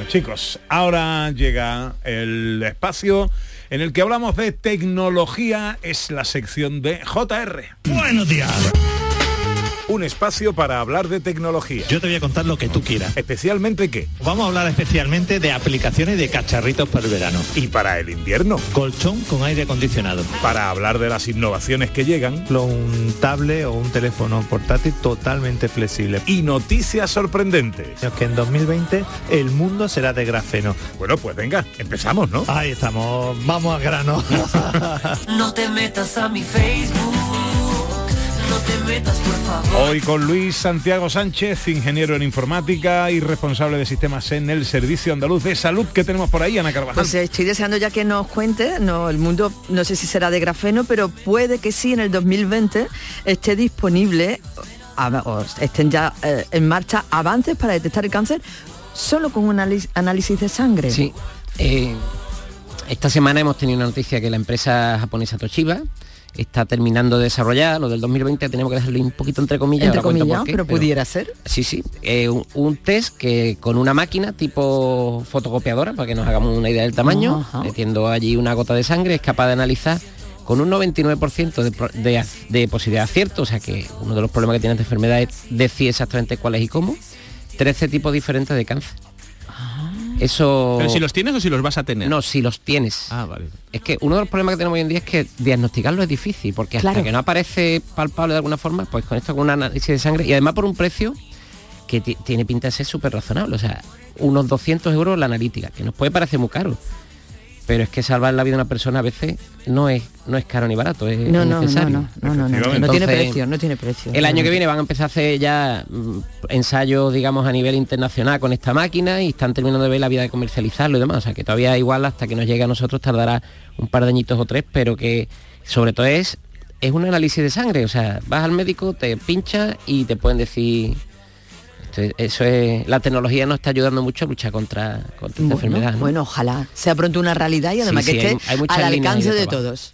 Chicos, ahora llega el espacio en el que hablamos de tecnología. Es la sección de JR. Buenos días. Un espacio para hablar de tecnología. Yo te voy a contar lo que tú quieras. ¿Especialmente qué? Vamos a hablar especialmente de aplicaciones de cacharritos para el verano. ¿Y para el invierno? Colchón con aire acondicionado. Para hablar de las innovaciones que llegan. Un tablet o un teléfono portátil totalmente flexible. Y noticias sorprendentes. Que en 2020 el mundo será de grafeno. Bueno, pues venga, empezamos, ¿no? Ahí estamos, vamos al grano. No te metas a mi Facebook. No te metas, por favor. Hoy con Luis Santiago Sánchez, ingeniero en informática y responsable de sistemas en el Servicio Andaluz de Salud. ¿Qué tenemos por ahí, Ana Carvajal? Pues estoy deseando ya que nos cuente, el mundo no sé si será de grafeno, pero puede que sí en el 2020 esté disponible, o estén ya en marcha avances para detectar el cáncer solo con un análisis de sangre. Sí. Esta semana hemos tenido una noticia que la empresa japonesa Toshiba está terminando de desarrollar. Lo del 2020 tenemos que dejarlo un poquito entre comillas. Entre comillas, pero pudiera ser. Sí. Un test que con una máquina tipo fotocopiadora, para que nos hagamos una idea del tamaño, metiendo allí una gota de sangre, es capaz de analizar con un 99% de posibilidad de acierto, o sea que uno de los problemas que tiene esta enfermedad es decir exactamente cuál es y cómo, 13 tipos diferentes de cáncer. Eso... ¿Pero si los tienes o si los vas a tener? No, si los tienes. Ah, vale. Es que uno de los problemas que tenemos hoy en día es que diagnosticarlo es difícil, porque hasta que no aparece palpable de alguna forma, pues con esto, con un análisis de sangre, y además por un precio que tiene pinta de ser súper razonable, o sea, unos 200 euros la analítica, que nos puede parecer muy caro, pero es que salvar la vida de una persona a veces no es caro ni barato, es necesario. No tiene precio. El año que viene van a empezar a hacer ya ensayos, digamos, a nivel internacional con esta máquina y están terminando de ver la vida de comercializarlo y demás, o sea que todavía igual hasta que nos llegue a nosotros tardará un par de añitos o tres, pero que sobre todo es un análisis de sangre, o sea, vas al médico, te pinchas y te pueden decir... Eso es, la tecnología nos está ayudando mucho a luchar contra esta enfermedad, ¿no? Bueno, ojalá sea pronto una realidad y además que esté al alcance de todos.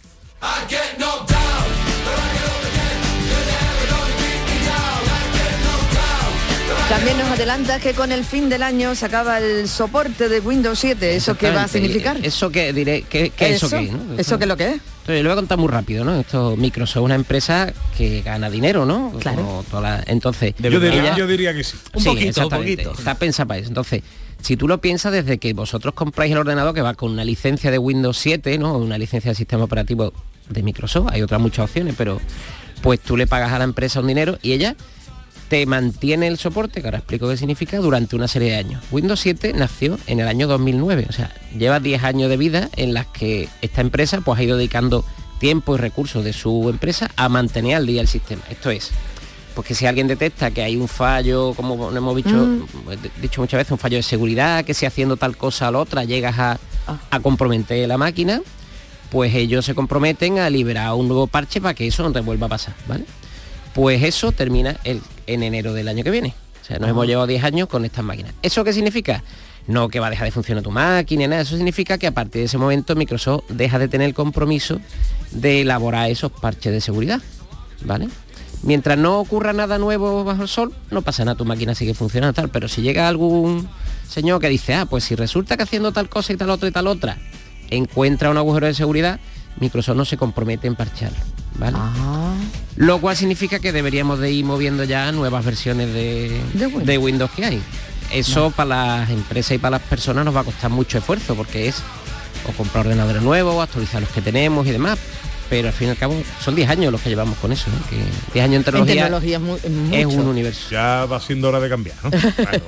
También nos adelanta que con el fin del año se acaba el soporte de Windows 7. ¿Eso qué va a significar? Eso que diré, ¿qué eso qué? ¿No? ¿Eso qué es lo que es? Entonces, lo voy a contar muy rápido, ¿no? Microsoft es una empresa que gana dinero, ¿no? Claro. Entonces, yo diría que sí. Un poquito. Está pensado para eso. Entonces, si tú lo piensas desde que vosotros compráis el ordenador que va con una licencia de Windows 7, ¿no? Una licencia de sistema operativo de Microsoft, hay otras muchas opciones, pero pues tú le pagas a la empresa un dinero y ella te mantiene el soporte, que ahora explico qué significa, durante una serie de años. Windows 7 nació en el año 2009, o sea, lleva 10 años de vida en las que esta empresa pues ha ido dedicando tiempo y recursos de su empresa a mantener al día el sistema. Esto es, pues que si alguien detecta que hay un fallo, como hemos dicho muchas veces, un fallo de seguridad, que si haciendo tal cosa o la otra llegas a comprometer la máquina, pues ellos se comprometen a liberar un nuevo parche para que eso no te vuelva a pasar, ¿vale? Pues eso termina en enero del año que viene. O sea, nos hemos llevado 10 años con estas máquinas. ¿Eso qué significa? No que va a dejar de funcionar tu máquina, nada. Eso significa que a partir de ese momento Microsoft deja de tener el compromiso de elaborar esos parches de seguridad, ¿vale? Mientras no ocurra nada nuevo bajo el sol, no pasa nada, tu máquina sigue funcionando tal. Pero si llega algún señor que dice, pues si resulta que haciendo tal cosa y tal otra, encuentra un agujero de seguridad, Microsoft no se compromete en parcharlo, ¿vale? Lo cual significa que deberíamos de ir moviendo ya nuevas versiones de Windows que hay. Eso para las empresas y para las personas nos va a costar mucho esfuerzo, porque es o comprar ordenadores nuevos, o actualizar los que tenemos y demás. Pero al fin y al cabo son 10 años los que llevamos con eso, ¿no? Que 10 años en tecnología es un universo. Ya va siendo hora de cambiar, ¿no? Vale.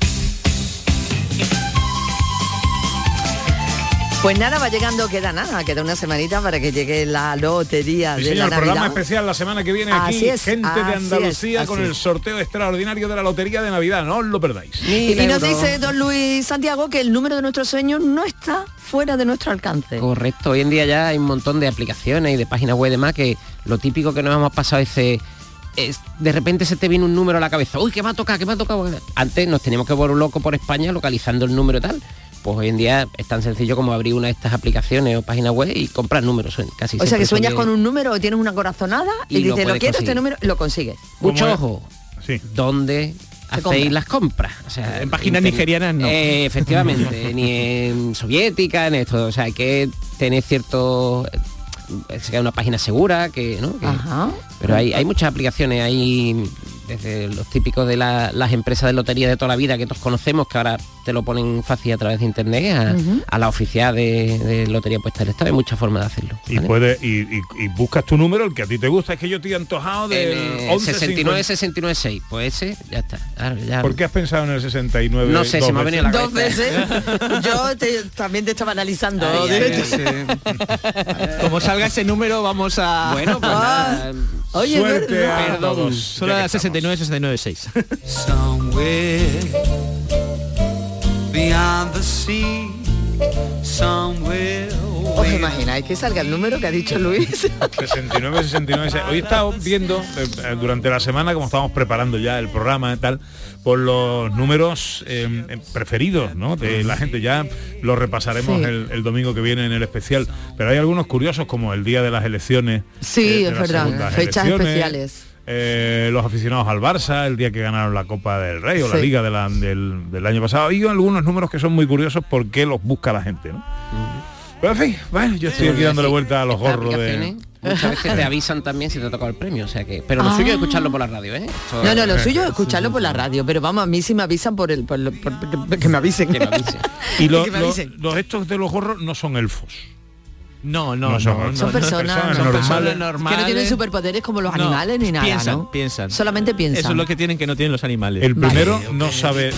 Pues nada, va llegando, queda una semanita para que llegue la lotería de la Navidad. Programa especial la semana que viene aquí, gente de Andalucía con el sorteo extraordinario de la lotería de Navidad, no os lo perdáis. Y nos dice don Luis Santiago que el número de nuestros sueños no está fuera de nuestro alcance. Correcto, hoy en día ya hay un montón de aplicaciones y de páginas web y demás que lo típico que nos hemos pasado es de repente se te viene un número a la cabeza, uy, ¿qué me ha tocado? Antes nos teníamos que volver loco por España localizando el número tal. Pues hoy en día es tan sencillo como abrir una de estas aplicaciones o páginas web y comprar números. Casi o sea que sueñas con un número o tienes una corazonada y dices, lo quiero conseguir. Este número, lo consigues. Mucho ojo. Sí. ¿Dónde hacéis las compras. O sea, en páginas nigerianas no. Efectivamente, ni en soviética, en esto. O sea, hay que tener cierto... sea una página segura, Ajá. Pero hay muchas aplicaciones, hay desde los típicos de las empresas de lotería de toda la vida que todos conocemos, que ahora te lo ponen fácil a través de internet, a la oficial de Lotería Puesta del Estado. Hay muchas formas de hacerlo, ¿vale? Y buscas tu número, el que a ti te gusta. Es que yo estoy antojado del 696, pues ese ya está. Claro, ya. ¿Por qué has pensado en el 69? No sé, se me ha venido a la cabeza. 2 veces. Yo también te estaba analizando. Como salga ese número vamos a... Bueno, pues nada. Oye, Suerte a perdón. todos. Solo Ya a que estamos. 69-6. Somewhere beyond the sea, somewhere ¿Os imagináis que salga el número que ha dicho Luis? 69. Hoy he estado viendo durante la semana, como estábamos preparando ya el programa y tal, por los números preferidos, ¿no? De la gente. Ya los repasaremos Sí. el domingo que viene en el especial. Pero hay algunos curiosos, como el día de las elecciones. Sí, de es las verdad. segundas Fechas elecciones, especiales. los aficionados al Barça, el día que ganaron la Copa del Rey o la Sí. Liga del año pasado. Hay algunos números que son muy curiosos porque los busca la gente, ¿no? Pero en fin, bueno, yo estoy aquí dándole vuelta a los Estas gorros de... aplicaciones muchas veces te avisan también si te toca el premio, o sea que... Pero lo suyo es escucharlo por la radio, ¿eh? Esto- No, lo suyo es escucharlo por la radio, pero vamos, a mí sí me avisan por que me avisen. Que me avise. Y Que me avisen. los estos de los gorros no son elfos. No, Son personas normales. que no tienen superpoderes como los No, animales ni nada, ¿no? piensan. Solamente piensan. Eso es lo que tienen que no tienen los animales. El primero no sabe...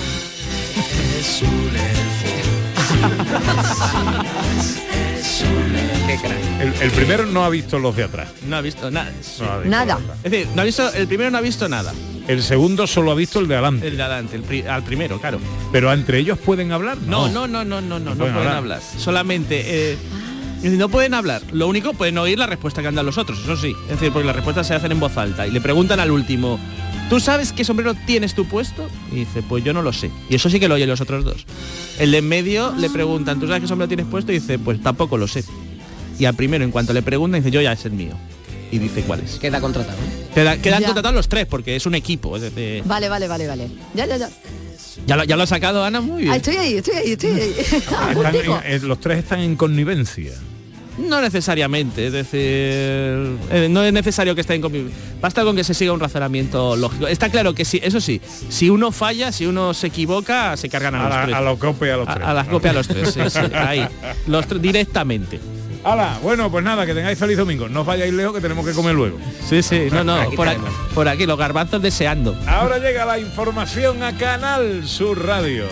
Qué crack. El primero no ha visto los de atrás. No ha visto nada. No ha visto Nada. los de atrás. Es decir, no ha visto, el primero no ha visto nada. El segundo solo ha visto el de adelante. El de adelante, al primero, claro. Pero entre ellos pueden hablar. No pueden pueden hablar. hablar. Solamente no pueden hablar. Lo único, pueden oír la respuesta que han dado los otros, eso sí. Es decir, porque las respuestas se hacen en voz alta. Y le preguntan al último, ¿tú sabes qué sombrero tienes tú puesto? Y dice, pues yo no lo sé. Y eso sí que lo oyen los otros dos. El de en medio le preguntan, ¿tú sabes qué sombrero tienes puesto? Y dice, pues tampoco lo sé. Y al primero, en cuanto le preguntan, dice, yo ya es el mío. Y dice, ¿cuál es? Queda contratado, ¿eh? Quedan Ya. contratados los tres, porque es un equipo. Es decir, Vale. Ya. ya lo ha sacado Ana muy bien. Ah, estoy ahí. Justico. Los tres están en connivencia. No necesariamente, es decir, no es necesario que estén conmigo. Basta con que se siga un razonamiento lógico. Está claro que sí, eso sí, si uno falla, si uno se equivoca, se cargan a los tres. A los copia y a los tres. A las copias a los tres, sí, ahí. Los tres directamente. ¡Hala! Bueno, pues nada, que tengáis feliz domingo. No os vayáis lejos, que tenemos que comer luego. Sí, no, Aquí tenemos. por aquí, los garbanzos deseando. Ahora llega la información a Canal Sur Radio.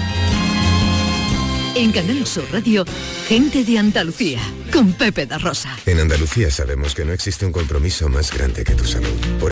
En Canal Sur Radio, Gente de Andalucía, con Pepe da Rosa. En Andalucía sabemos que no existe un compromiso más grande que tu salud. Por